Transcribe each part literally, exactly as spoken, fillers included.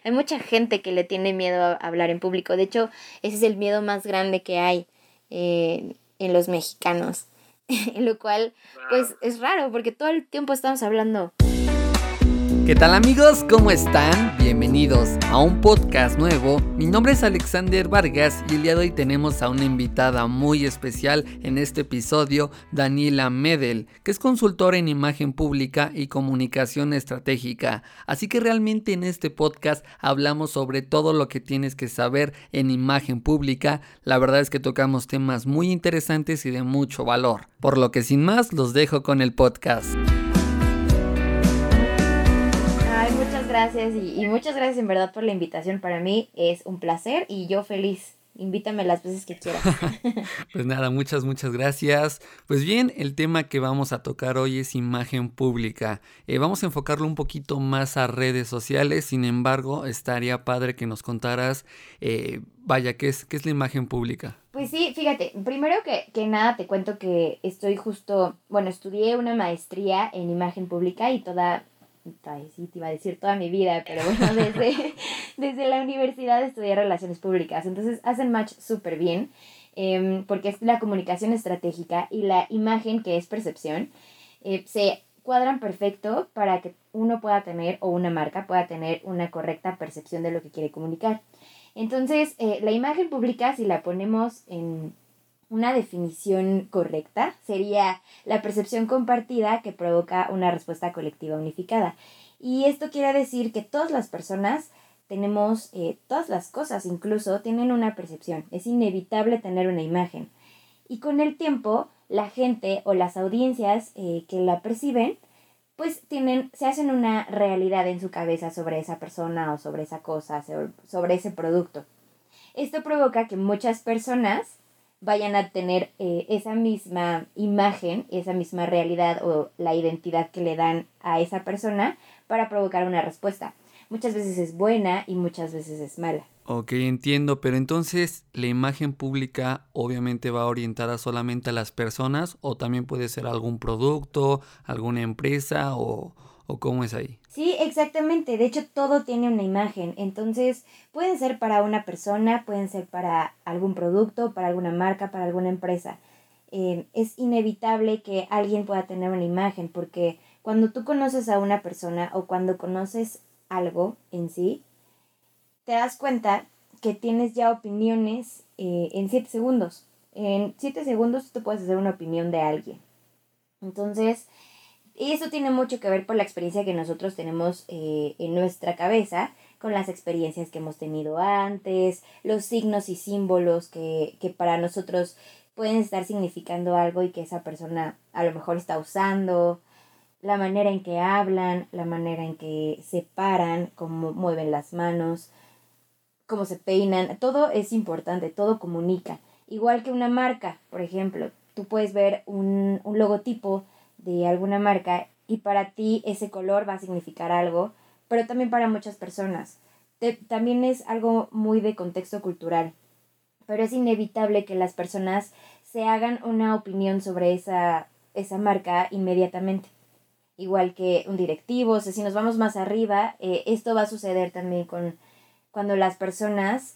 hay mucha gente que le tiene miedo a hablar en público. De hecho, ese es el miedo más grande que hay eh, en los mexicanos. Lo cual, pues, es raro porque todo el tiempo estamos hablando. ¿Qué tal amigos? ¿Cómo están? Bienvenidos a un podcast nuevo. Mi nombre es Alexander Vargas y el día de hoy tenemos a una invitada muy especial en este episodio, Daniela Medel, que es consultora en imagen pública y comunicación estratégica. Así que realmente en este podcast hablamos sobre todo lo que tienes que saber en imagen pública. La verdad es que tocamos temas muy interesantes y de mucho valor. Por lo que sin más, los dejo con el podcast. Muchas gracias y, y muchas gracias en verdad por la invitación. Para mí es un placer y yo feliz. Invítame las veces que quieras. Pues nada, muchas, muchas gracias. Pues bien, el tema que vamos a tocar hoy es imagen pública. Eh, vamos a enfocarlo un poquito más a redes sociales. Sin embargo, estaría padre que nos contaras, eh, vaya, ¿qué es, qué es la imagen pública? Pues sí, fíjate, primero que, que nada te cuento que estoy justo, bueno, estudié una maestría en imagen pública y toda... Ay, sí, te iba a decir toda mi vida, pero bueno, desde, desde la universidad estudié relaciones públicas, entonces hacen match súper bien, eh, porque es la comunicación estratégica y la imagen, que es percepción, eh, se cuadran perfecto para que uno pueda tener, o una marca pueda tener una correcta percepción de lo que quiere comunicar. Entonces, eh, la imagen pública, si la ponemos en una definición correcta, sería la percepción compartida que provoca una respuesta colectiva unificada. Y esto quiere decir que todas las personas tenemos, eh, todas las cosas incluso, tienen una percepción. Es inevitable tener una imagen. Y con el tiempo, la gente o las audiencias eh, que la perciben, pues tienen, se hacen una realidad en su cabeza sobre esa persona o sobre esa cosa, sobre ese producto. Esto provoca que muchas personas vayan a tener eh, esa misma imagen, esa misma realidad o la identidad que le dan a esa persona para provocar una respuesta. Muchas veces es buena y muchas veces es mala. Ok, entiendo, pero entonces la imagen pública obviamente va orientada solamente a las personas o también puede ser algún producto, alguna empresa o, o cómo es ahí. Sí, exactamente. De hecho, todo tiene una imagen. Entonces, pueden ser para una persona, pueden ser para algún producto, para alguna marca, para alguna empresa. Eh, es inevitable que alguien pueda tener una imagen porque cuando tú conoces a una persona o cuando conoces algo en sí, te das cuenta que tienes ya opiniones eh, en siete segundos. En siete segundos tú te puedes hacer una opinión de alguien. Entonces, y eso tiene mucho que ver por la experiencia que nosotros tenemos eh, en nuestra cabeza, con las experiencias que hemos tenido antes, los signos y símbolos que, que para nosotros pueden estar significando algo y que esa persona a lo mejor está usando, la manera en que hablan, la manera en que se paran, cómo mueven las manos, cómo se peinan, todo es importante, todo comunica. Igual que una marca, por ejemplo, tú puedes ver un, un logotipo de alguna marca y para ti ese color va a significar algo, pero también para muchas personas. Te, también es algo muy de contexto cultural, pero es inevitable que las personas se hagan una opinión sobre esa, esa marca inmediatamente. Igual que un directivo, o sea, si nos vamos más arriba, eh, esto va a suceder también con cuando las personas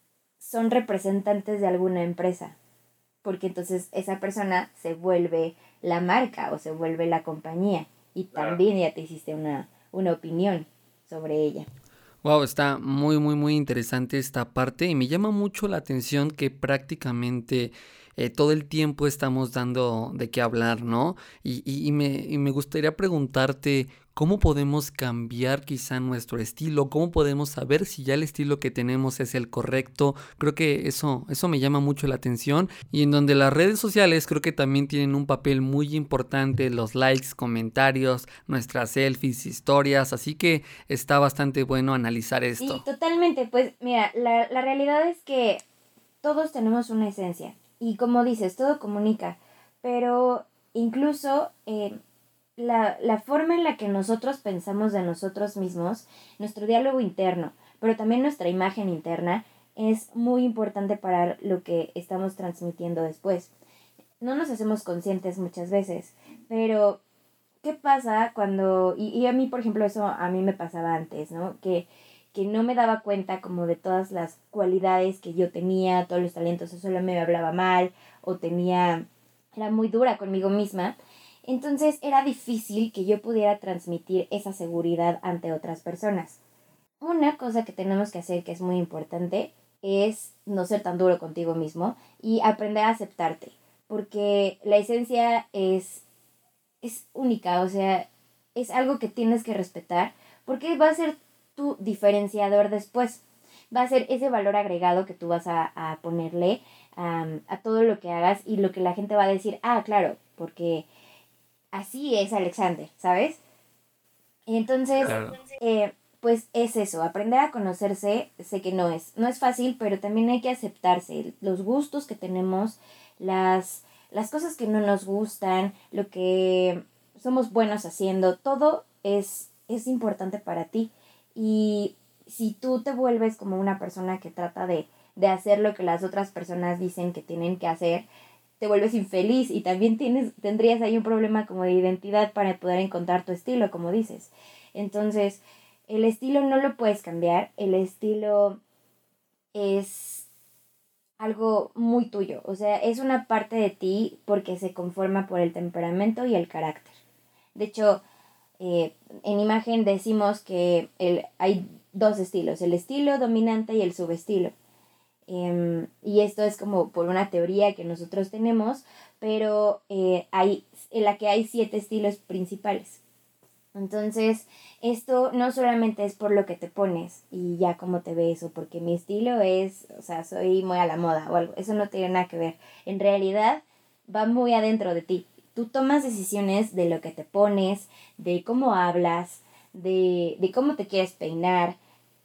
son representantes de alguna empresa, porque entonces esa persona se vuelve la marca o se vuelve la compañía y también ya te hiciste una, una opinión sobre ella. Wow, está muy, muy, muy interesante esta parte y me llama mucho la atención que prácticamente eh, todo el tiempo estamos dando de qué hablar, ¿no? Y, y, y, me, y me gustaría preguntarte cómo podemos cambiar quizá nuestro estilo, cómo podemos saber si ya el estilo que tenemos es el correcto. Creo que eso, eso me llama mucho la atención y en donde las redes sociales creo que también tienen un papel muy importante, los likes, comentarios, nuestras selfies, historias, así que está bastante bueno analizar esto. Sí, totalmente. Pues mira, la, la realidad es que todos tenemos una esencia y como dices, todo comunica, pero incluso eh, la, la forma en la que nosotros pensamos de nosotros mismos, nuestro diálogo interno, pero también nuestra imagen interna, es muy importante para lo que estamos transmitiendo después. No nos hacemos conscientes muchas veces, pero ¿qué pasa cuando, y, y a mí por ejemplo eso a mí me pasaba antes, ¿no? Que que no me daba cuenta como de todas las cualidades que yo tenía, todos los talentos, o solo me hablaba mal, o tenía, era muy dura conmigo misma. Entonces era difícil que yo pudiera transmitir esa seguridad ante otras personas. Una cosa que tenemos que hacer que es muy importante es no ser tan duro contigo mismo y aprender a aceptarte, porque la esencia es, es única, o sea, es algo que tienes que respetar, porque va a ser tu diferenciador después, va a ser ese valor agregado que tú vas a, a ponerle um, a todo lo que hagas y lo que la gente va a decir, ah, claro, porque así es Alexander, ¿sabes? Entonces, Claro. eh, pues es eso, aprender a conocerse, sé que no es, no es fácil, pero también hay que aceptarse, los gustos que tenemos, las, las cosas que no nos gustan, lo que somos buenos haciendo, todo es, es importante para ti. Y si tú te vuelves como una persona que trata de, de hacer lo que las otras personas dicen que tienen que hacer, te vuelves infeliz y también tienes, tendrías ahí un problema como de identidad para poder encontrar tu estilo, como dices. Entonces, el estilo no lo puedes cambiar, el estilo es algo muy tuyo, o sea, es una parte de ti porque se conforma por el temperamento y el carácter. De hecho, eh, en imagen decimos que el, hay dos estilos, el estilo dominante y el subestilo. Um, y esto es como por una teoría que nosotros tenemos, pero eh, hay, en la que hay siete estilos principales. Entonces, esto no solamente es por lo que te pones y ya cómo te ves o porque mi estilo es, o sea, soy muy a la moda o algo, eso no tiene nada que ver. En realidad, va muy adentro de ti. Tú tomas decisiones de lo que te pones, de cómo hablas, de, de cómo te quieres peinar,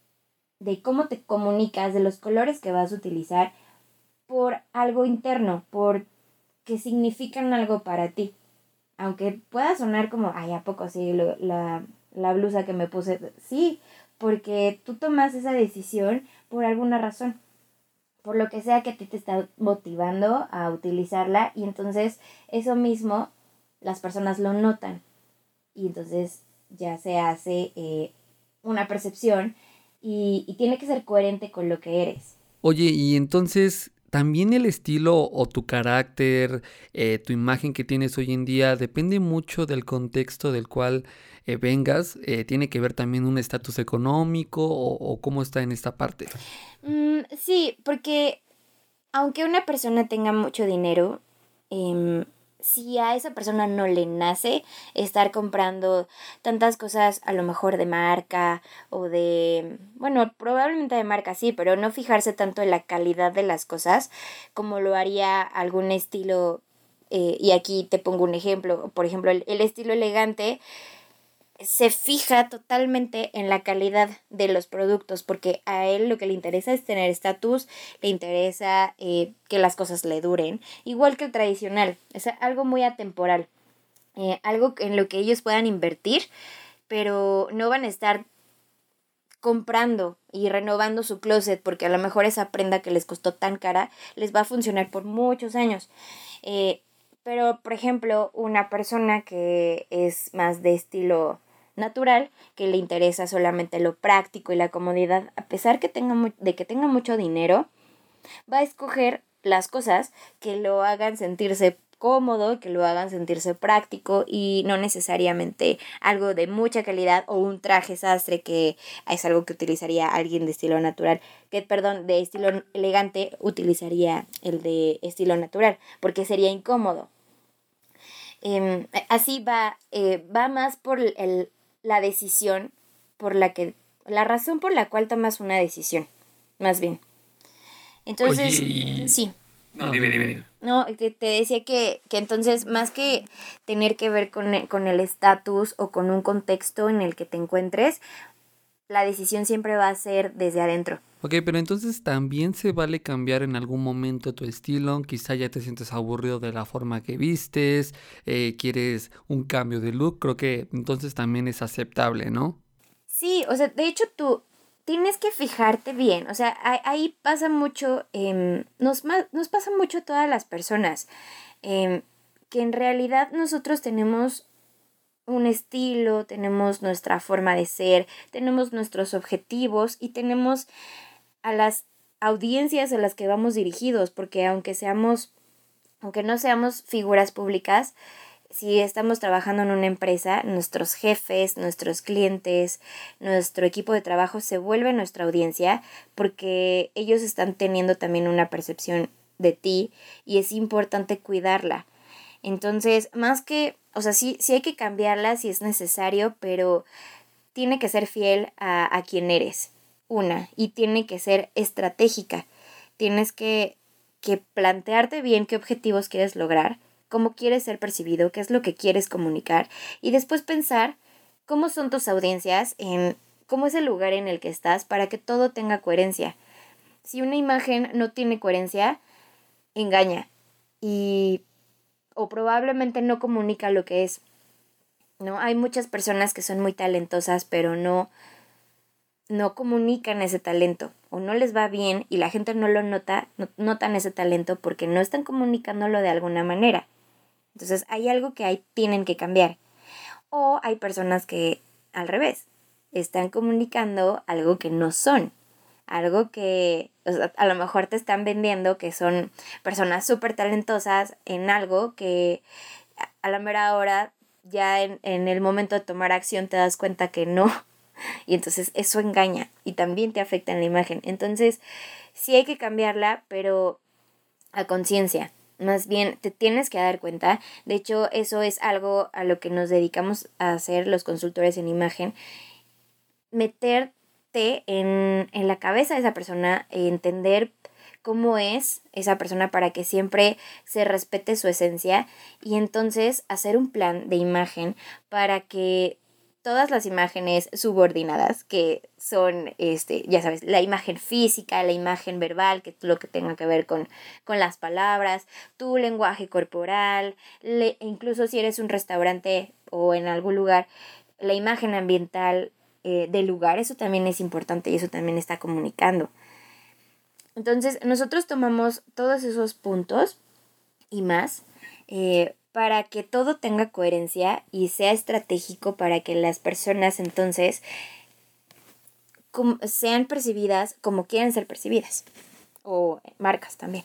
de cómo te comunicas, de los colores que vas a utilizar por algo interno, por que significan algo para ti. Aunque pueda sonar como, ay, ¿a poco sí? Lo, la, la blusa que me puse. Sí, porque tú tomas esa decisión por alguna razón. Por lo que sea que a ti te está motivando a utilizarla. Y entonces eso mismo las personas lo notan. Y entonces ya se hace eh, una percepción y, y tiene que ser coherente con lo que eres. Oye, y entonces, ¿también el estilo o tu carácter, eh, tu imagen que tienes hoy en día, depende mucho del contexto del cual eh, vengas? Eh, ¿tiene que ver también un estatus económico o, o cómo está en esta parte? Mm, sí, porque aunque una persona tenga mucho dinero, eh, si a esa persona no le nace estar comprando tantas cosas a lo mejor de marca o de, bueno, probablemente de marca sí, pero no fijarse tanto en la calidad de las cosas como lo haría algún estilo, eh, y aquí te pongo un ejemplo, por ejemplo, el, el estilo elegante se fija totalmente en la calidad de los productos, porque a él lo que le interesa es tener estatus, le interesa eh, que las cosas le duren, igual que el tradicional, es algo muy atemporal, eh, algo en lo que ellos puedan invertir, pero no van a estar comprando y renovando su closet, porque a lo mejor esa prenda que les costó tan cara les va a funcionar por muchos años. Eh, pero, por ejemplo, una persona que es más de estilo natural, que le interesa solamente lo práctico y la comodidad, a pesar que tenga mu- de que tenga mucho dinero, va a escoger las cosas que lo hagan sentirse cómodo, que lo hagan sentirse práctico y no necesariamente algo de mucha calidad o un traje sastre que es algo que utilizaría alguien de estilo natural, que perdón, de estilo elegante utilizaría el de estilo natural, porque sería incómodo. Eh, así va, eh, va más por el, la decisión por la que, la razón por la cual tomas una decisión, más bien. Oye, Entonces, y... sí. No, dime, dime, dime. No, te, te decía que, que entonces más que tener que ver con, e- con el estatus o con un contexto en el que te encuentres, la decisión siempre va a ser desde adentro. Ok, pero entonces también se vale cambiar en algún momento tu estilo, quizá ya te sientes aburrido de la forma que vistes, eh, quieres un cambio de look, creo que entonces también es aceptable, ¿no? Sí, o sea, de hecho tú tienes que fijarte bien, o sea, ahí, ahí pasa mucho, em, nos, ma- nos pasa mucho a todas las personas, em, que en realidad nosotros tenemos un estilo, tenemos nuestra forma de ser, tenemos nuestros objetivos y tenemos a las audiencias a las que vamos dirigidos, porque aunque seamos, aunque no seamos figuras públicas, si estamos trabajando en una empresa, nuestros jefes, nuestros clientes, nuestro equipo de trabajo se vuelve nuestra audiencia porque ellos están teniendo también una percepción de ti y es importante cuidarla. Entonces, más que, o sea, sí, sí hay que cambiarla si es necesario, pero tiene que ser fiel a, a quien eres, una, y tiene que ser estratégica. Tienes que, que plantearte bien qué objetivos quieres lograr, cómo quieres ser percibido, qué es lo que quieres comunicar, y después pensar cómo son tus audiencias, en cómo es el lugar en el que estás para que todo tenga coherencia. Si una imagen no tiene coherencia, engaña y o probablemente no comunica lo que es, ¿no? Hay muchas personas que son muy talentosas, pero no, no comunican ese talento, o no les va bien y la gente no lo nota, no notan ese talento porque no están comunicándolo de alguna manera. Entonces hay algo que hay, tienen que cambiar. O hay personas que, al revés, están comunicando algo que no son. Algo que, o sea, a lo mejor te están vendiendo que son personas súper talentosas en algo que a la mera hora, ya en, en el momento de tomar acción te das cuenta que no. Y entonces eso engaña y también te afecta en la imagen. Entonces sí hay que cambiarla, pero a conciencia. Más bien te tienes que dar cuenta. De hecho, eso es algo a lo que nos dedicamos a hacer los consultores en imagen. Meter En, en la cabeza de esa persona, entender cómo es esa persona para que siempre se respete su esencia y entonces hacer un plan de imagen para que todas las imágenes subordinadas, que son, este, ya sabes, la imagen física, la imagen verbal, que lo que tenga que ver con, con las palabras, tu lenguaje corporal, le, incluso si eres un restaurante o en algún lugar, la imagen ambiental, Eh, del lugar, eso también es importante y eso también está comunicando. Entonces nosotros tomamos todos esos puntos y más eh, para que todo tenga coherencia y sea estratégico para que las personas entonces com- sean percibidas como quieren ser percibidas, o marcas también.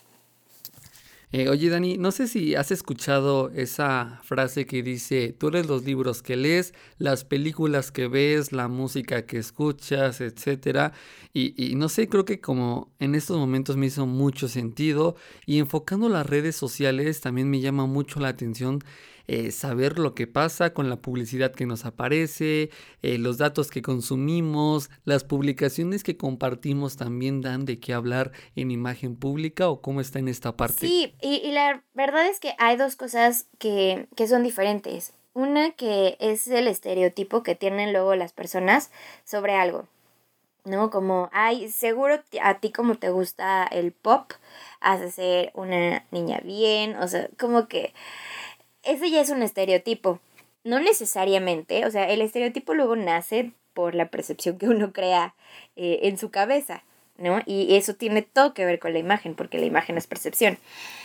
Eh, oye, Dani, no sé si has escuchado esa frase que dice, tú eres los libros que lees, las películas que ves, la música que escuchas, etcétera. Y, y no sé, creo que como en estos momentos me hizo mucho sentido y enfocando las redes sociales también me llama mucho la atención eh, saber lo que pasa con la publicidad que nos aparece, eh, los datos que consumimos, las publicaciones que compartimos también dan de qué hablar en imagen pública o cómo está en esta parte. Sí, y, y la verdad es que hay dos cosas que, que son diferentes. Una que es el estereotipo que tienen luego las personas sobre algo, ¿no? Como, ay, seguro ti- a ti como te gusta el pop, has de ser una niña bien, o sea, como que ese ya es un estereotipo. No necesariamente, o sea, el estereotipo luego nace por la percepción que uno crea eh, en su cabeza, ¿no? Y eso tiene todo que ver con la imagen, porque la imagen es percepción.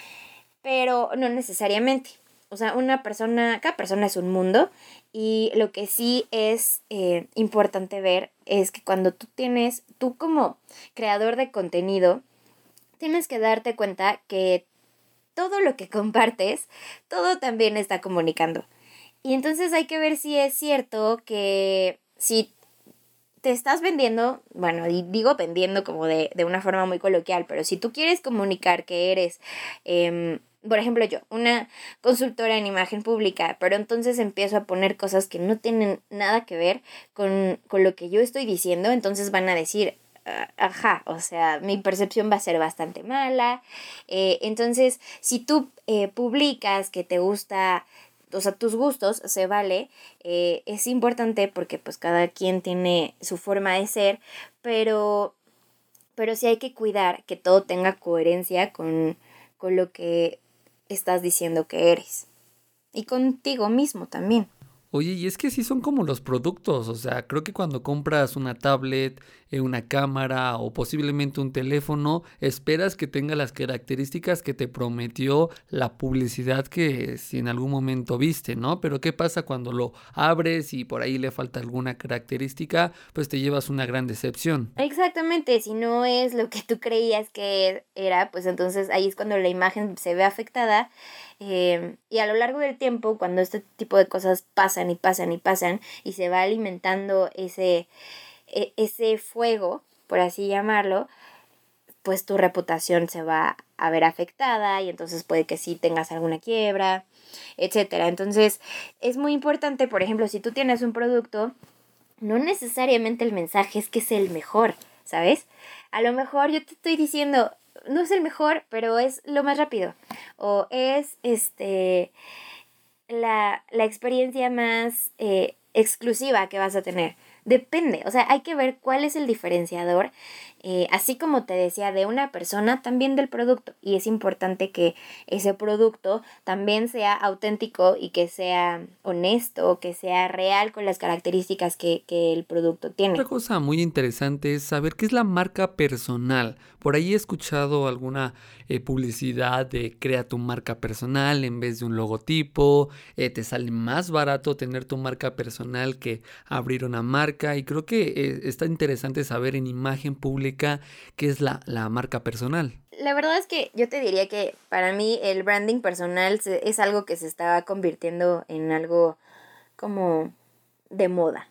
Pero no necesariamente. O sea, una persona, cada persona es un mundo y lo que sí es eh, importante ver es que cuando tú tienes, tú como creador de contenido, tienes que darte cuenta que todo lo que compartes, todo también está comunicando. Y entonces hay que ver si es cierto que si te estás vendiendo, bueno, y digo vendiendo como de, de una forma muy coloquial, pero si tú quieres comunicar que eres, eh, por ejemplo yo, una consultora en imagen pública, pero entonces empiezo a poner cosas que no tienen nada que ver con, con lo que yo estoy diciendo, entonces van a decir, "Ah, ajá, o sea, mi percepción va a ser bastante mala". Eh, entonces, si tú eh, publicas que te gusta, o sea, tus gustos, se vale, eh, es importante porque pues cada quien tiene su forma de ser, pero, pero sí hay que cuidar que todo tenga coherencia con, con lo que estás diciendo que eres y contigo mismo también. Oye, y es que sí son como los productos, o sea, creo que cuando compras una tablet, eh, una cámara o posiblemente un teléfono, esperas que tenga las características que te prometió la publicidad que si en algún momento viste, ¿no? Pero ¿qué pasa cuando lo abres y por ahí le falta alguna característica? Pues te llevas una gran decepción. Exactamente, si no es lo que tú creías que era, pues entonces ahí es cuando la imagen se ve afectada. Eh, y a lo largo del tiempo, cuando este tipo de cosas pasan y pasan y pasan y se va alimentando ese, e- ese fuego, por así llamarlo, pues tu reputación se va a ver afectada y entonces puede que sí tengas alguna quiebra, etcétera. Entonces es muy importante, por ejemplo, si tú tienes un producto, no necesariamente el mensaje es que es el mejor, ¿sabes? A lo mejor yo te estoy diciendo, no es el mejor, pero es lo más rápido. O es este la, la experiencia más eh, exclusiva que vas a tener. Depende, o sea, hay que ver cuál es el diferenciador, eh, así como te decía, de una persona, también del producto. Y es importante que ese producto también sea auténtico y que sea honesto, que sea real con las características que, que el producto Otra tiene. cosa muy interesante es saber qué es la marca personal. Por ahí he escuchado alguna eh, publicidad de crea tu marca personal en vez de un logotipo. Eh, te sale más barato tener tu marca personal que abrir una marca. Y creo que eh, está interesante saber en imagen pública qué es la, la marca personal. La verdad es que yo te diría que para mí el branding personal se- es algo que se está convirtiendo en algo como de moda.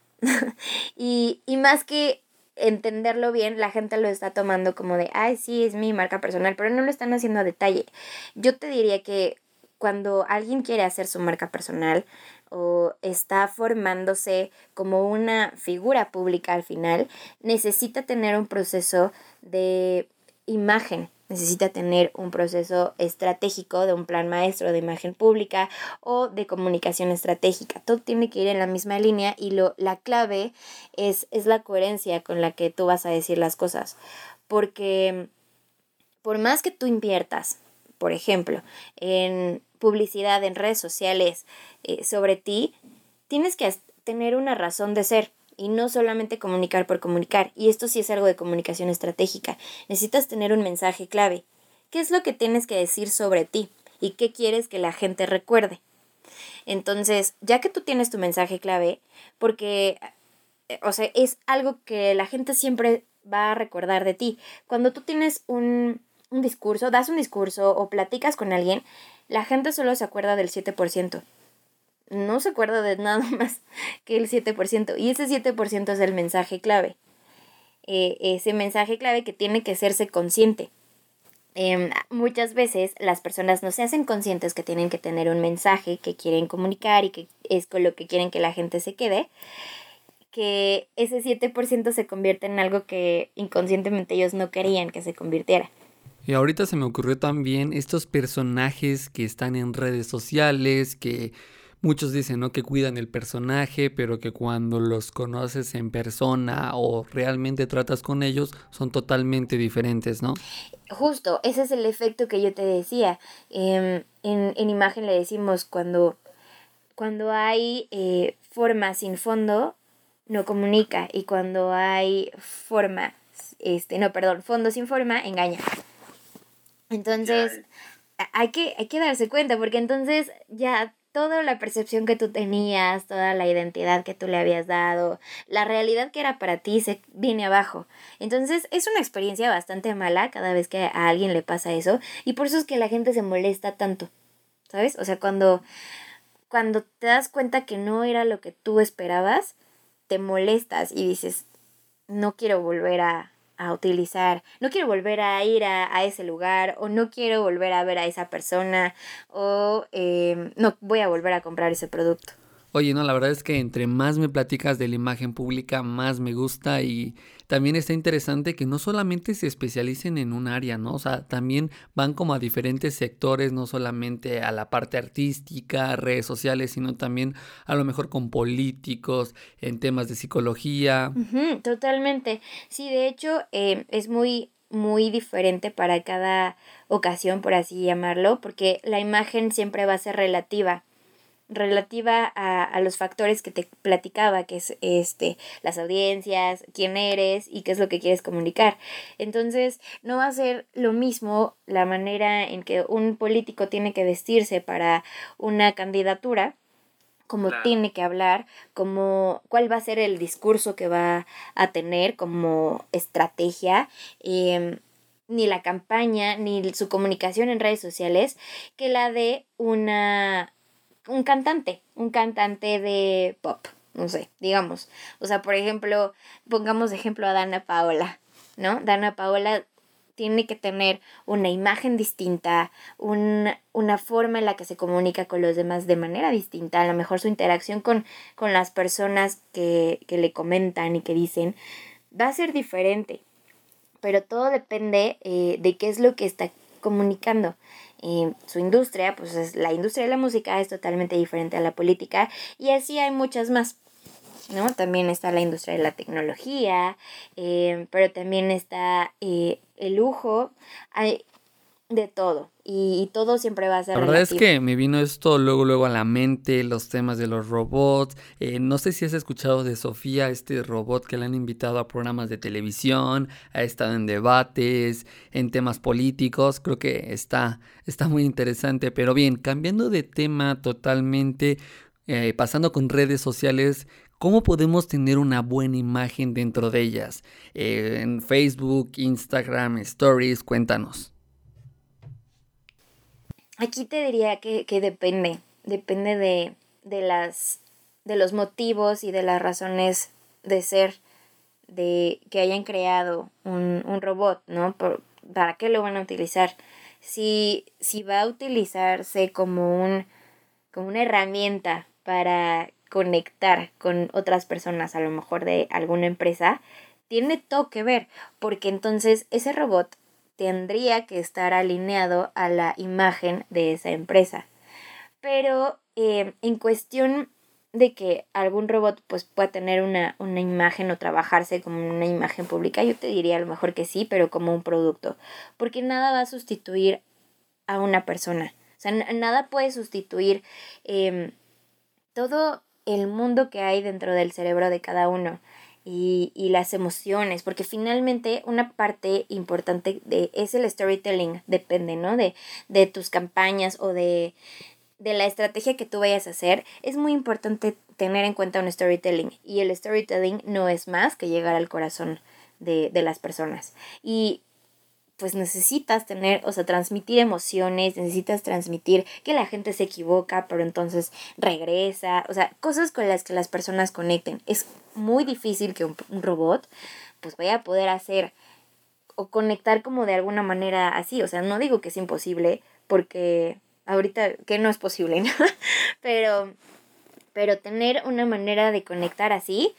Y, y más que entenderlo bien, la gente lo está tomando como de, ay, sí, es mi marca personal, pero no lo están haciendo a detalle. Yo te diría que cuando alguien quiere hacer su marca personal o está formándose como una figura pública al final, necesita tener un proceso de imagen. Necesita tener un proceso estratégico de un plan maestro de imagen pública o de comunicación estratégica. Todo tiene que ir en la misma línea y lo, la clave es, es la coherencia con la que tú vas a decir las cosas. Porque por más que tú inviertas, por ejemplo, en publicidad en redes sociales eh, sobre ti, tienes que as- tener una razón de ser y no solamente comunicar por comunicar. Y esto sí es algo de comunicación estratégica. Necesitas tener un mensaje clave. ¿Qué es lo que tienes que decir sobre ti? ¿Y qué quieres que la gente recuerde? Entonces, ya que tú tienes tu mensaje clave, porque, eh, o sea, es algo que la gente siempre va a recordar de ti. Cuando tú tienes un, un discurso, das un discurso o platicas con alguien, la gente solo se acuerda del siete por ciento. No se acuerda de nada más que el siete por ciento. Y ese siete por ciento es el mensaje clave. Eh, ese mensaje clave que tiene que hacerse consciente. Em, muchas veces las personas no se hacen conscientes que tienen que tener un mensaje que quieren comunicar y que es con lo que quieren que la gente se quede, que ese siete por ciento se convierte en algo que inconscientemente ellos no querían que se convirtiera. Y ahorita se me ocurrió también estos personajes que están en redes sociales, que muchos dicen, ¿no? Que cuidan el personaje, pero que cuando los conoces en persona o realmente tratas con ellos, son totalmente diferentes, ¿no? Justo, ese es el efecto que yo te decía. Em, en, en imagen le decimos cuando, cuando hay eh, forma sin fondo, no comunica. Y cuando hay forma, este, no, perdón, fondo sin forma, engaña. Entonces, a- hay que, hay que darse cuenta, porque entonces ya toda la percepción que tú tenías, toda la identidad que tú le habías dado, la realidad que era para ti se viene abajo. Entonces, es una experiencia bastante mala cada vez que a alguien le pasa eso, y por eso es que la gente se molesta tanto, ¿sabes? O sea, cuando, cuando te das cuenta que no era lo que tú esperabas, te molestas y dices, no quiero volver a, a utilizar, no quiero volver a ir a, a ese lugar o no quiero volver a ver a esa persona o eh, no voy a volver a comprar ese producto. Oye, no, la verdad es que entre más me platicas de la imagen pública, más me gusta y también está interesante que no solamente se especialicen en un área, ¿no? O sea, también van como a diferentes sectores, no solamente a la parte artística, redes sociales, sino también a lo mejor con políticos, en temas de psicología. Ujú, totalmente. Sí, de hecho, eh, es muy, muy diferente para cada ocasión, por así llamarlo, porque la imagen siempre va a ser relativa. relativa a, a los factores que te platicaba, que es este, las audiencias, quién eres y qué es lo que quieres comunicar. Entonces, no va a ser lo mismo la manera en que un político tiene que vestirse para una candidatura, cómo Claro. tiene que hablar, cómo, cuál va a ser el discurso que va a tener como estrategia, eh, ni la campaña, ni su comunicación en redes sociales, que la de una un cantante, un cantante de pop, no sé, digamos. O sea, por ejemplo, pongamos de ejemplo a Dana Paola, ¿no? Dana Paola tiene que tener una imagen distinta, un, una forma en la que se comunica con los demás de manera distinta, a lo mejor su interacción con, con las personas que, que le comentan y que dicen va a ser diferente, pero todo depende eh, de qué es lo que está comunicando. Eh, su industria, pues es, la industria de la música es totalmente diferente a la política y así hay muchas más, ¿no? También está la industria de la tecnología, eh, pero también está eh, el lujo, hay de todo y, y todo siempre va a ser La verdad es relativo. que me vino esto luego luego a la mente, los temas de los robots. Eh, no sé si has escuchado de Sofía, este robot que le han invitado a programas de televisión, ha estado en debates, en temas políticos. Creo que está, está muy interesante. Pero bien, cambiando de tema totalmente, eh, pasando con redes sociales, ¿cómo podemos tener una buena imagen dentro de ellas? Eh, en Facebook, Instagram, Stories, cuéntanos. Aquí te diría que, que depende, depende de, de las de los motivos y de las razones de ser de que hayan creado un, un robot, ¿no? Por, ¿para qué lo van a utilizar? Si, si va a utilizarse como un como una herramienta para conectar con otras personas, a lo mejor de alguna empresa, tiene todo que ver, porque entonces ese robot tendría que estar alineado a la imagen de esa empresa. Pero eh, en cuestión de que algún robot pues pueda tener una, una imagen o trabajarse como una imagen pública, yo te diría a lo mejor que sí, pero como un producto, porque nada va a sustituir a una persona. O sea, n- nada puede sustituir eh, todo el mundo que hay dentro del cerebro de cada uno y, y las emociones, porque finalmente una parte importante de, es el storytelling, depende, ¿no? De, de tus campañas o de, de la estrategia que tú vayas a hacer. Es muy importante tener en cuenta un storytelling y el storytelling no es más que llegar al corazón de, de las personas. Y pues necesitas tener, o sea, transmitir emociones, necesitas transmitir que la gente se equivoca, pero entonces regresa, o sea, cosas con las que las personas conecten. Es muy difícil que un, un robot pues vaya a poder hacer o conectar como de alguna manera así, o sea, no digo que es imposible, porque ahorita que no es posible, ¿no? Pero, pero tener una manera de conectar así,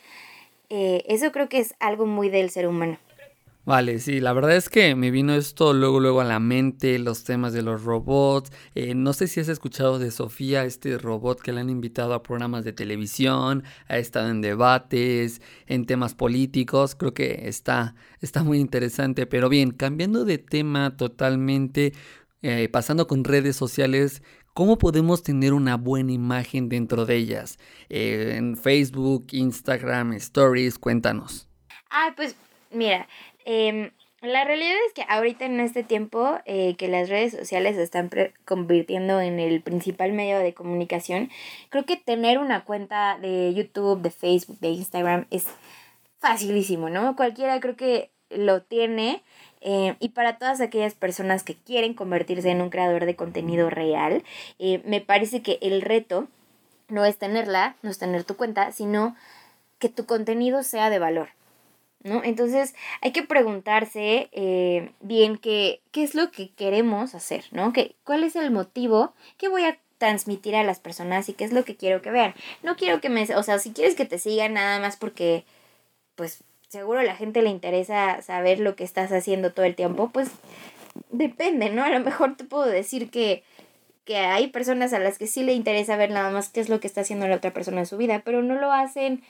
eh, eso creo que es algo muy del ser humano. Vale, sí, la verdad es que me vino esto luego, luego a la mente, los temas de los robots. Eh, no sé si has escuchado de Sofía, este robot que le han invitado a programas de televisión, ha estado en debates, en temas políticos. Creo que está, está muy interesante. Pero bien, cambiando de tema totalmente, eh, pasando con redes sociales, ¿cómo podemos tener una buena imagen dentro de ellas? Eh, en Facebook, Instagram, Stories, cuéntanos. Ah, pues mira, em, la realidad es que ahorita en este tiempo eh, que las redes sociales se están pre- convirtiendo en el principal medio de comunicación, creo que tener una cuenta de YouTube, de Facebook, de Instagram es facilísimo, ¿no? Cualquiera creo que lo tiene. Eh, y para todas aquellas personas que quieren convertirse en un creador de contenido real, eh, me parece que el reto no es tenerla, no es tener tu cuenta, sino que tu contenido sea de valor, ¿no? Entonces hay que preguntarse eh, bien qué, qué es lo que queremos hacer, ¿no? ¿Qué, ¿Cuál es el motivo que voy a transmitir a las personas y qué es lo que quiero que vean? No quiero que me... O sea, si quieres que te sigan nada más porque, pues, seguro a la gente le interesa saber lo que estás haciendo todo el tiempo, pues depende, ¿no? A lo mejor te puedo decir que que hay personas a las que sí le interesa ver nada más qué es lo que está haciendo la otra persona en su vida, pero no lo hacen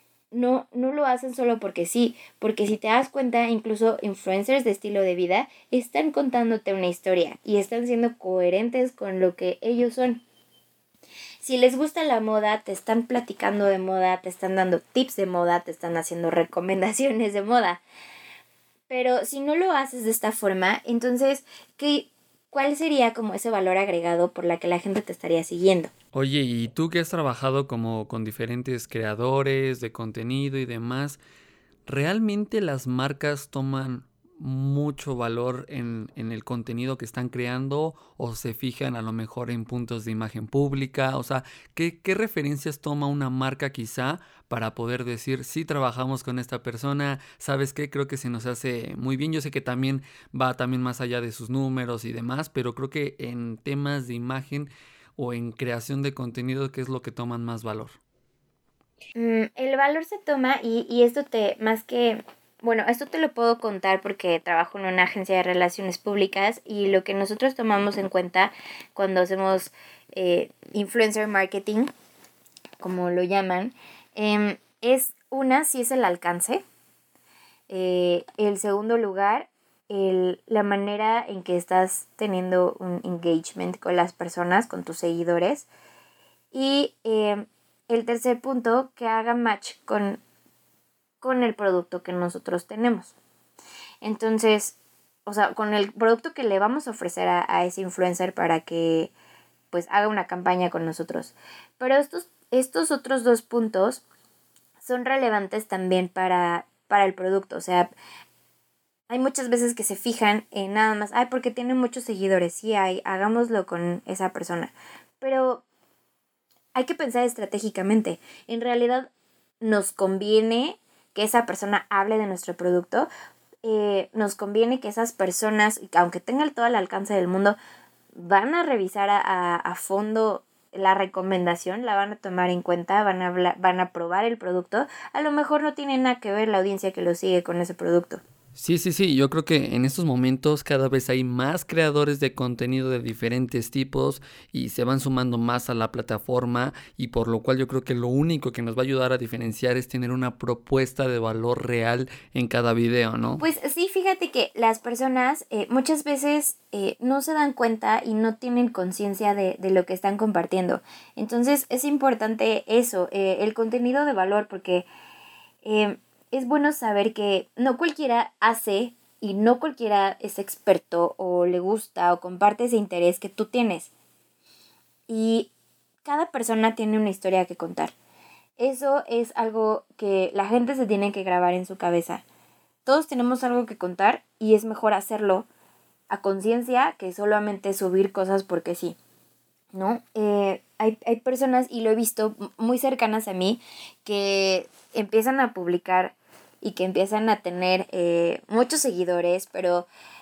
no, no lo hacen solo porque sí, porque si te das cuenta, incluso influencers de estilo de vida están contándote una historia y están siendo coherentes con lo que ellos son. Si les gusta la moda, te están platicando de moda, te están dando tips de moda, te están haciendo recomendaciones de moda. Pero si no lo haces de esta forma, entonces, ¿qué, ¿cuál sería como ese valor agregado por la que la gente te estaría siguiendo? Oye, y tú que has trabajado como con diferentes creadores de contenido y demás, ¿realmente las marcas toman mucho valor en, en el contenido que están creando o se fijan a lo mejor en puntos de imagen pública? O sea, ¿qué, qué referencias toma una marca quizá para poder decir, sí trabajamos con esta persona, ¿sabes qué? Creo que se nos hace muy bien. Yo sé que también va también más allá de sus números y demás, pero creo que en temas de imagen o en creación de contenido, ¿qué es lo que toman más valor? Mm, el valor se toma y, y esto te, más que, bueno, esto te lo puedo contar porque trabajo en una agencia de relaciones públicas y lo que nosotros tomamos en cuenta cuando hacemos eh, influencer marketing, como lo llaman, em, es una, si es el alcance. Eh, el segundo lugar, el, la manera en que estás teniendo un engagement con las personas, con tus seguidores. Y eh, el tercer punto, que haga match con, con el producto que nosotros tenemos. Entonces, o sea, con el producto que le vamos a ofrecer a, a ese influencer para que pues haga una campaña con nosotros. Pero estos, estos otros dos puntos son relevantes también para, para el producto. O sea, hay muchas veces que se fijan en nada más, ay, porque tiene muchos seguidores, sí hay, hagámoslo con esa persona. Pero hay que pensar estratégicamente. En realidad nos conviene que esa persona hable de nuestro producto. Eh, nos conviene que esas personas, aunque tengan todo el alcance del mundo, van a revisar a, a, a fondo la recomendación, la van a tomar en cuenta, van a, hablar, van a probar el producto. A lo mejor no tiene nada que ver la audiencia que lo sigue con ese producto. Sí, sí, sí, yo creo que en estos momentos cada vez hay más creadores de contenido de diferentes tipos y se van sumando más a la plataforma y por lo cual yo creo que lo único que nos va a ayudar a diferenciar es tener una propuesta de valor real en cada video, ¿no? Pues sí, fíjate que las personas eh, muchas veces eh, no se dan cuenta y no tienen conciencia de, de lo que están compartiendo. Entonces es importante eso, eh, el contenido de valor, porque eh, es bueno saber que no cualquiera hace y no cualquiera es experto o le gusta o comparte ese interés que tú tienes. Y cada persona tiene una historia que contar. Eso es algo que la gente se tiene que grabar en su cabeza. Todos tenemos algo que contar y es mejor hacerlo a conciencia que solamente subir cosas porque sí, ¿no? Eh, hay, hay personas, y lo he visto muy cercanas a mí, que empiezan a publicar y que empiezan a tener eh, muchos seguidores, pero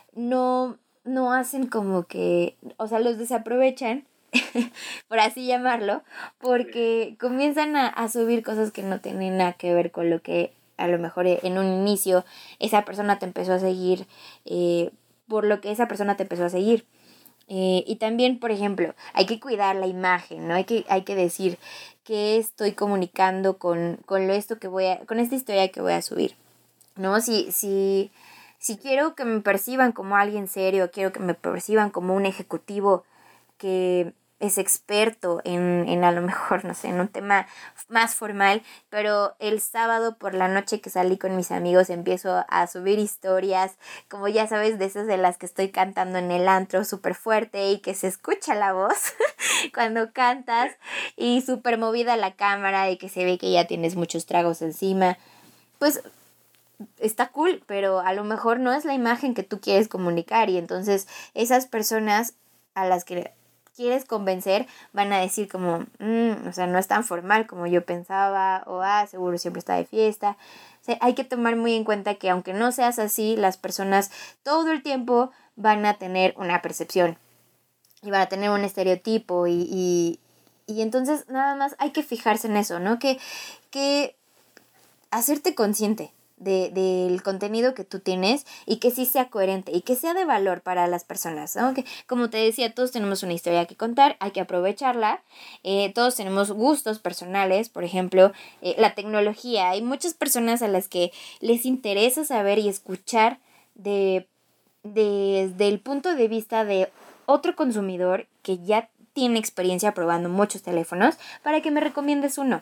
no, no hacen como que, o sea, los desaprovechan, por así llamarlo, porque comienzan a, a subir cosas que no tienen nada que ver con lo que a lo mejor en un inicio esa persona te empezó a seguir, eh, por lo que esa persona te empezó a seguir. Eh, y también, por ejemplo, hay que cuidar la imagen, ¿no? Hay que, hay que decir qué estoy comunicando con, con lo esto que voy a, con esta historia que voy a subir, ¿no? Si, si, si quiero que me perciban como alguien serio, quiero que me perciban como un ejecutivo que es experto en, en a lo mejor, no sé, en un tema más formal, pero el sábado por la noche que salí con mis amigos empiezo a subir historias, como ya sabes, de esas de las que estoy cantando en el antro súper fuerte y que se escucha la voz cuando cantas y súper movida la cámara y que se ve que ya tienes muchos tragos encima, pues está cool, pero a lo mejor no es la imagen que tú quieres comunicar y entonces esas personas a las que quieres convencer van a decir como, mmm, o sea, no es tan formal como yo pensaba, o ah, seguro siempre está de fiesta. O sea, hay que tomar muy en cuenta que aunque no seas así, las personas todo el tiempo van a tener una percepción y van a tener un estereotipo y, y, y entonces nada más hay que fijarse en eso, ¿no? Que, que hacerte consciente de, del contenido que tú tienes y que sí sea coherente y que sea de valor para las personas, ¿no? Que, como te decía, todos tenemos una historia que contar, hay que aprovecharla, eh, todos tenemos gustos personales, por ejemplo, eh, la tecnología, hay muchas personas a las que les interesa saber y escuchar de, de, desde el punto de vista de otro consumidor que ya tiene experiencia probando muchos teléfonos para que me recomiendes uno.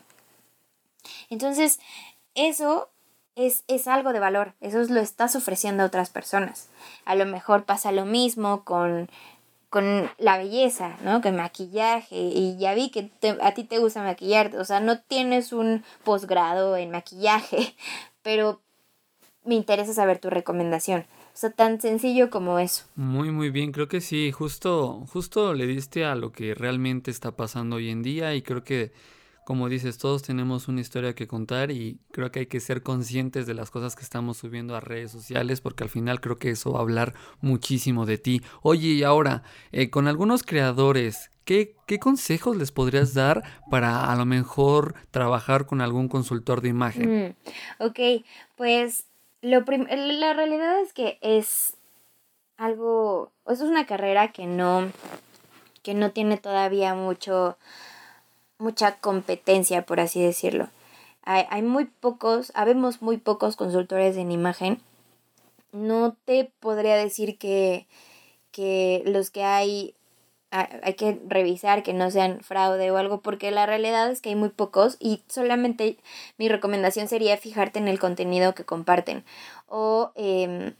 Entonces, eso es, es algo de valor, eso lo estás ofreciendo a otras personas. A lo mejor pasa lo mismo con, con la belleza, ¿no? Con maquillaje, y ya vi que te, a ti te gusta maquillarte, o sea, no tienes un posgrado en maquillaje, pero me interesa saber tu recomendación. O sea, tan sencillo como eso. Muy, muy bien, creo que sí, justo, justo le diste a lo que realmente está pasando hoy en día y creo que, como dices, todos tenemos una historia que contar y creo que hay que ser conscientes de las cosas que estamos subiendo a redes sociales porque al final creo que eso va a hablar muchísimo de ti. Oye, y ahora, eh, con algunos creadores, ¿qué, qué consejos les podrías dar para a lo mejor trabajar con algún consultor de imagen? Mm, ok, pues lo prim- la realidad es que es algo, eso es una carrera que no, que no tiene todavía mucho, mucha competencia, por así decirlo. Hay, hay muy pocos, habemos muy pocos consultores en imagen. No te podría decir que, que los que hay, ha- hay que revisar que no sean fraude o algo, porque la realidad es que hay muy pocos y solamente mi recomendación sería fijarte en el contenido que comparten. O em,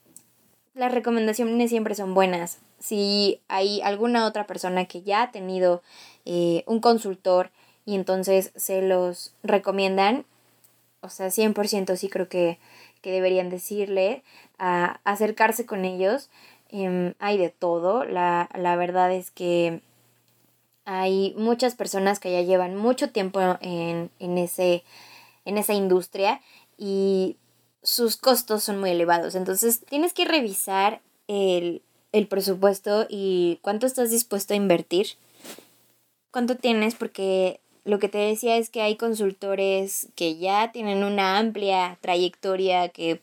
las recomendaciones siempre son buenas. Si hay alguna otra persona que ya ha tenido eh, un consultor y entonces se los recomiendan, o sea, cien por ciento sí creo que, que deberían decirle a acercarse con ellos. Em, hay de todo. La, la verdad es que hay muchas personas que ya llevan mucho tiempo en, en ese, en esa industria y sus costos son muy elevados. Entonces tienes que revisar el, el presupuesto y cuánto estás dispuesto a invertir, cuánto tienes, porque lo que te decía es que hay consultores que ya tienen una amplia trayectoria que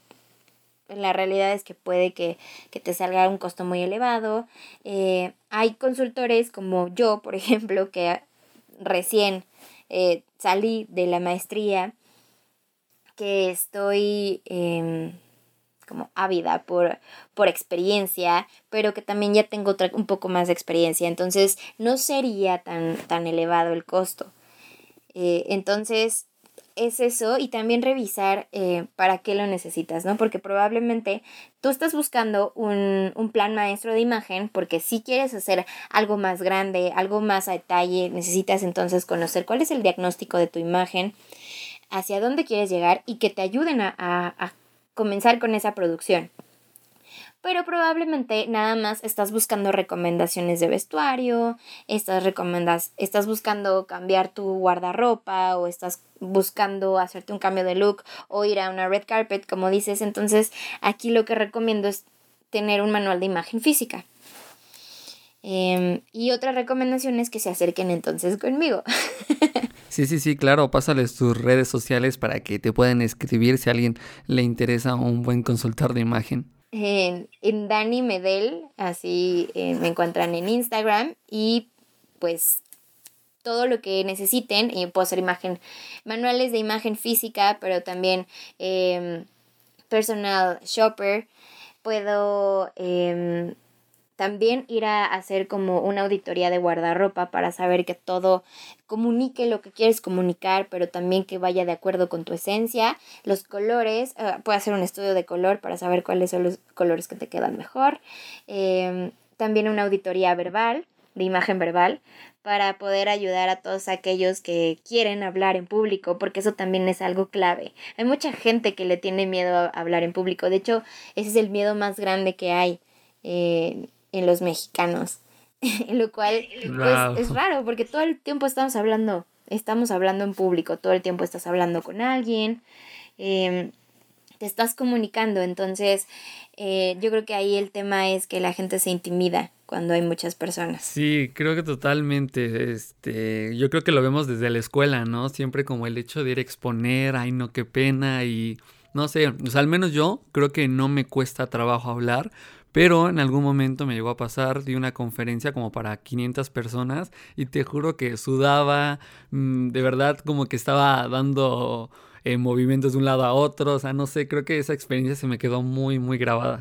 la realidad es que puede que, que te salga un costo muy elevado. Eh, hay consultores como yo, por ejemplo, que recién eh, salí de la maestría, que estoy em, como ávida por, por experiencia, pero que también ya tengo otra- un poco más de experiencia, entonces no sería tan, tan elevado el costo. Eh, entonces es eso y también revisar eh, para qué lo necesitas, ¿no? Porque probablemente tú estás buscando un, un plan maestro de imagen porque si quieres hacer algo más grande, algo más a detalle, necesitas entonces conocer cuál es el diagnóstico de tu imagen, hacia dónde quieres llegar y que te ayuden a, a, a comenzar con esa producción. Pero probablemente nada más estás buscando recomendaciones de vestuario, estás, recomendas, estás buscando cambiar tu guardarropa o estás buscando hacerte un cambio de look o ir a una red carpet, como dices. Entonces aquí lo que recomiendo es tener un manual de imagen física. Em, y otra recomendación es que se acerquen entonces conmigo. Sí, sí, sí, claro, pásales tus redes sociales para que te puedan escribir si a alguien le interesa un buen consultor de imagen. En, en Dani Medel, así eh, me encuentran en Instagram y pues todo lo que necesiten, y puedo hacer imagen, manuales de imagen física, pero también em, personal shopper, puedo em, también ir a hacer como una auditoría de guardarropa para saber que todo comunique lo que quieres comunicar, pero también que vaya de acuerdo con tu esencia. Los colores, uh, puedo hacer un estudio de color para saber cuáles son los colores que te quedan mejor. Eh, también una auditoría verbal, de imagen verbal, para poder ayudar a todos aquellos que quieren hablar en público, porque eso también es algo clave. Hay mucha gente que le tiene miedo a hablar en público. De hecho, ese es el miedo más grande que hay. Eh, en los mexicanos, lo cual es, Wow. es raro porque todo el tiempo estamos hablando, estamos hablando en público, todo el tiempo estás hablando con alguien, eh, te estás comunicando, entonces eh, yo creo que ahí el tema es que la gente se intimida cuando hay muchas personas. Sí, creo que totalmente. Este, yo creo que lo vemos desde la escuela, ¿no? Siempre como el hecho de ir a exponer, ay, no, qué pena y no sé, o sea, al menos yo creo que no me cuesta trabajo hablar, pero en algún momento me llegó a pasar, di una conferencia como para quinientas personas y te juro que sudaba, mm, de verdad como que estaba dando eh, movimientos de un lado a otro, o sea, no sé, creo que esa experiencia se me quedó muy, muy grabada.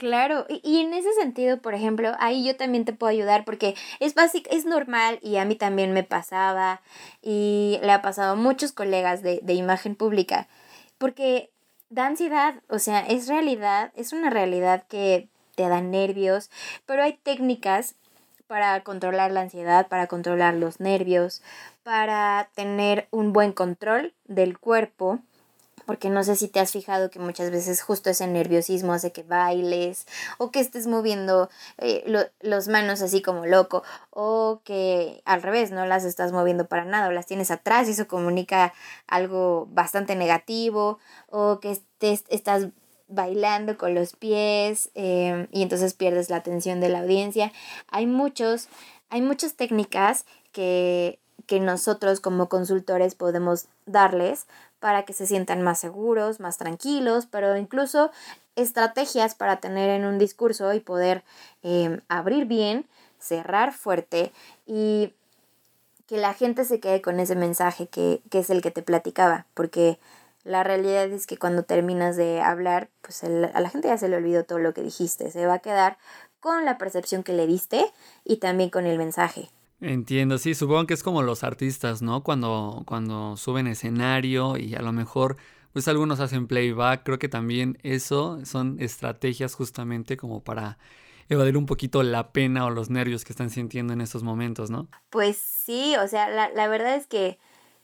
Claro, y, y en ese sentido, por ejemplo, ahí yo también te puedo ayudar porque es básico, es normal y a mí también me pasaba y le ha pasado a muchos colegas de, de imagen pública, porque da ansiedad, o sea, es realidad, es una realidad que te da nervios, pero hay técnicas para controlar la ansiedad, para controlar los nervios, para tener un buen control del cuerpo, porque no sé si te has fijado que muchas veces justo ese nerviosismo hace que bailes o que estés moviendo eh, lo- los manos así como loco o que al revés no las estás moviendo para nada o las tienes atrás y eso comunica algo bastante negativo o que estés, estás bailando con los pies eh, y entonces pierdes la atención de la audiencia. Hay muchos, hay muchas técnicas que, que nosotros como consultores podemos darles para que se sientan más seguros, más tranquilos, pero incluso estrategias para tener en un discurso y poder eh, abrir bien, cerrar fuerte y que la gente se quede con ese mensaje que, que es el que te platicaba, porque la realidad es que cuando terminas de hablar, pues el- a la gente ya se le olvidó todo lo que dijiste, se va a quedar con la percepción que le diste y también con el mensaje. Entiendo, sí, supongo que es como los artistas, ¿no? Cuando, cuando suben escenario y a lo mejor, pues algunos hacen playback, creo que también eso son estrategias justamente como para evadir un poquito la pena o los nervios que están sintiendo en estos momentos, ¿no? Pues sí, o sea, la, la verdad es que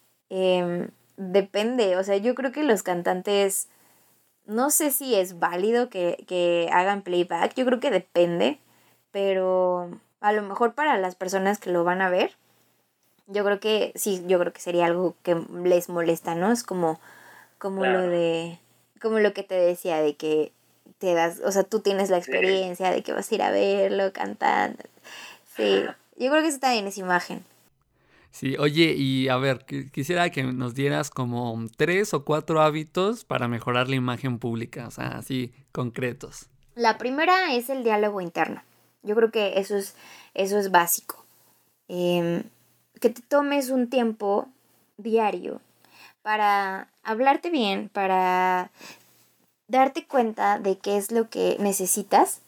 em, depende, o sea, yo creo que los cantantes, no sé si es válido que, que hagan playback, yo creo que depende, pero a lo mejor para las personas que lo van a ver, yo creo que sí, yo creo que sería algo que les molesta, ¿no? Es como, como lo Claro, de, como lo que te decía de que te das, o sea, tú tienes la sí, experiencia de que vas a ir a verlo cantando. Sí, yo creo que eso también es imagen. Sí, oye, y a ver, qui- quisiera que nos dieras como tres o cuatro hábitos para mejorar la imagen pública, o sea, así concretos. La primera es el diálogo interno. Yo creo que eso es, eso es básico. Em, que te tomes un tiempo diario para hablarte bien, para darte cuenta de qué es lo que necesitas.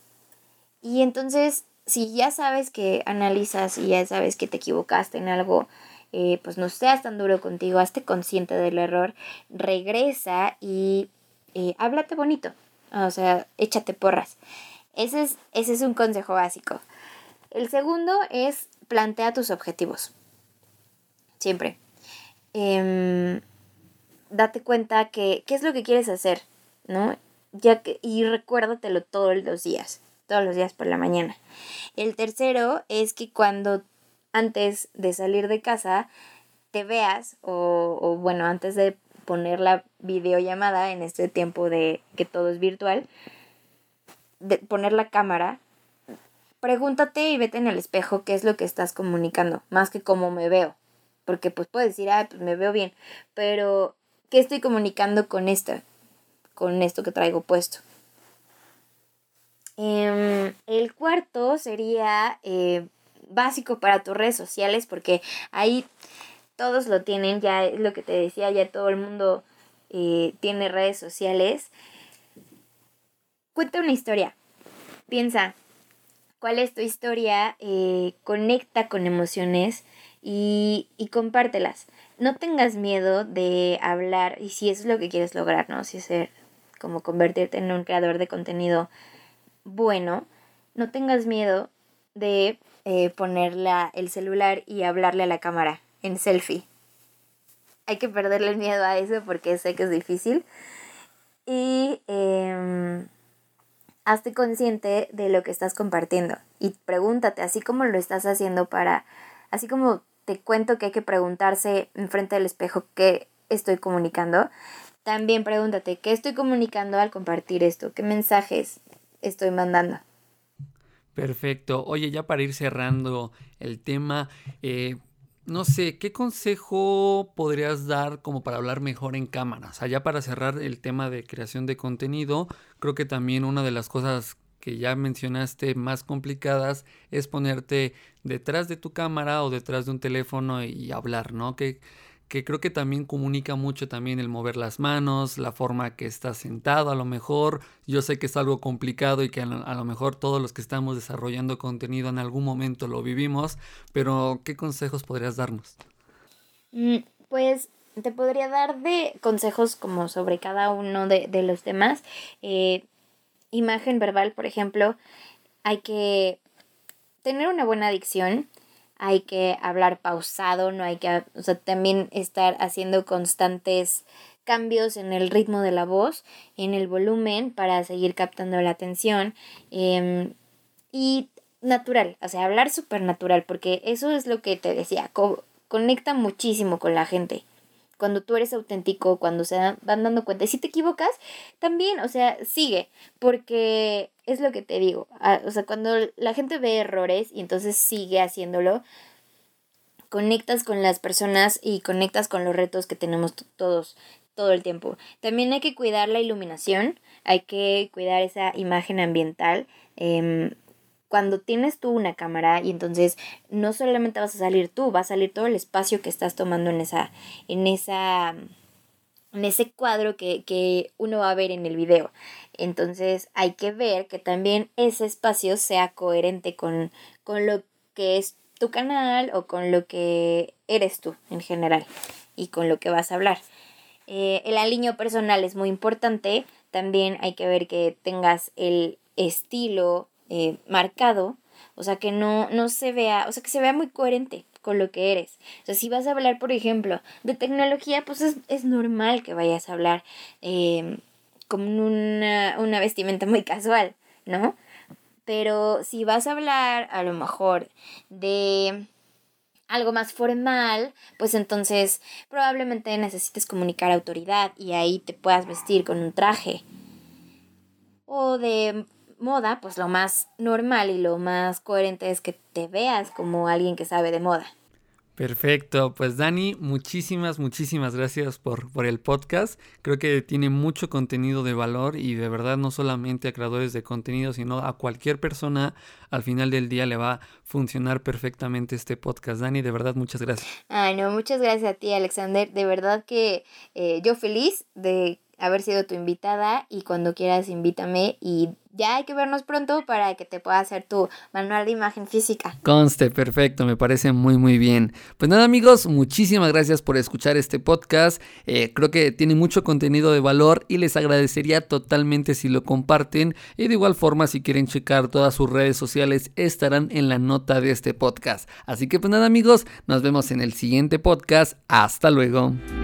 Y entonces, si ya sabes que analizas y ya sabes que te equivocaste en algo, eh, pues no seas tan duro contigo, hazte consciente del error, regresa y eh, háblate bonito. O sea, échate porras. Ese es, ese es un consejo básico. El segundo es plantea tus objetivos. Siempre. Em, date cuenta que qué es lo que quieres hacer, ¿no? Ya que, y recuérdatelo todos los días, todos los días por la mañana. El tercero es que cuando antes de salir de casa te veas o, o bueno, antes de poner la videollamada en este tiempo de que todo es virtual, de poner la cámara, pregúntate y vete en el espejo qué es lo que estás comunicando, más que cómo me veo. Porque pues puedes decir, ah, pues me veo bien, pero ¿qué estoy comunicando con esto? Con esto que traigo puesto. Em, el cuarto sería eh, básico para tus redes sociales, porque ahí todos lo tienen, ya es lo que te decía, ya todo el mundo eh, tiene redes sociales. Cuenta una historia, piensa, ¿cuál es tu historia? Eh, conecta con emociones y, y compártelas. No tengas miedo de hablar, y si eso es lo que quieres lograr, ¿no? Si es ser como convertirte en un creador de contenido bueno, no tengas miedo de eh, poner la- el celular y hablarle a la cámara en selfie. Hay que perderle el miedo a eso porque sé que es difícil. Y em, hazte consciente de lo que estás compartiendo y pregúntate, así como lo estás haciendo para, así como te cuento que hay que preguntarse enfrente del espejo qué estoy comunicando, también pregúntate qué estoy comunicando al compartir esto, qué mensajes estoy mandando. Perfecto. Oye, ya para ir cerrando el tema, eh, no sé, ¿qué consejo podrías dar como para hablar mejor en cámara? O sea, ya para cerrar el tema de creación de contenido, creo que también una de las cosas que ya mencionaste más complicadas es ponerte detrás de tu cámara o detrás de un teléfono y hablar, ¿no? ¿Qué, que creo que también comunica mucho también el mover las manos, la forma que estás sentado a lo mejor. Yo sé que es algo complicado y que a lo, a lo mejor todos los que estamos desarrollando contenido en algún momento lo vivimos, pero ¿qué consejos podrías darnos? Mm, pues te podría dar de consejos como sobre cada uno de, de los temas. Eh, imagen verbal, por ejemplo, hay que tener una buena dicción. Hay que hablar pausado, no hay que, o sea, también estar haciendo constantes cambios en el ritmo de la voz, en el volumen para seguir captando la atención eh, y natural, o sea, hablar súper natural, porque eso es lo que te decía, co- conecta muchísimo con la gente. Cuando tú eres auténtico, cuando se dan- van dando cuenta, y si te equivocas, también, o sea, sigue, porque es lo que te digo, ah, o sea, cuando la gente ve errores y entonces sigue haciéndolo, conectas con las personas y conectas con los retos que tenemos t- todos, todo el tiempo. También hay que cuidar la iluminación, hay que cuidar esa imagen ambiental. em, Cuando tienes tú una cámara y entonces no solamente vas a salir tú, va a salir todo el espacio que estás tomando en esa, en esa, en ese cuadro que, que uno va a ver en el video. Entonces hay que ver que también ese espacio sea coherente con, con lo que es tu canal o con lo que eres tú en general y con lo que vas a hablar. Eh, el alineo personal es muy importante. También hay que ver que tengas el estilo eh, marcado, o sea, que no, no se vea, o sea, que se vea muy coherente con lo que eres. O sea, si vas a hablar, por ejemplo, de tecnología, pues es, es normal que vayas a hablar eh, con una, una vestimenta muy casual, ¿no? Pero si vas a hablar a lo mejor de algo más formal, pues entonces probablemente necesites comunicar autoridad y ahí te puedas vestir con un traje. O de moda, pues lo más normal y lo más coherente es que te veas como alguien que sabe de moda. Perfecto, pues Dani, muchísimas, muchísimas gracias por, por el podcast. Creo que tiene mucho contenido de valor y de verdad no solamente a creadores de contenido, sino a cualquier persona al final del día le va a funcionar perfectamente este podcast. Dani, de verdad, muchas gracias. Ay, no, muchas gracias a ti, Alexander. De verdad que eh, yo feliz de haber sido tu invitada y cuando quieras invítame y ya hay que vernos pronto para que te pueda hacer tu manual de imagen física. Conste, perfecto, me parece muy muy bien. Pues nada amigos, muchísimas gracias por escuchar este podcast. Eh, creo que tiene mucho contenido de valor y les agradecería totalmente si lo comparten. Y de igual forma, si quieren checar todas sus redes sociales, estarán en la nota de este podcast. Así que pues nada amigos, nos vemos en el siguiente podcast. Hasta luego.